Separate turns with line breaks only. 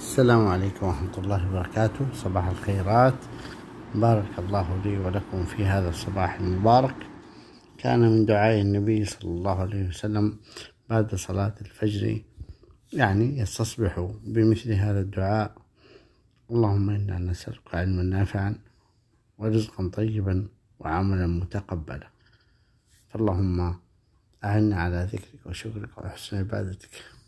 السلام عليكم ورحمة الله وبركاته. صباح الخيرات، بارك الله لي ولكم في هذا الصباح المبارك. كان من دعاء النبي صلى الله عليه وسلم بعد صلاة الفجر يستصبح بمثل هذا الدعاء: اللهم إنا نسألك علما نافعا ورزقا طيبا وعملا متقبلا. فاللهم أعنا على ذكرك وشكرك وحسن عبادتك.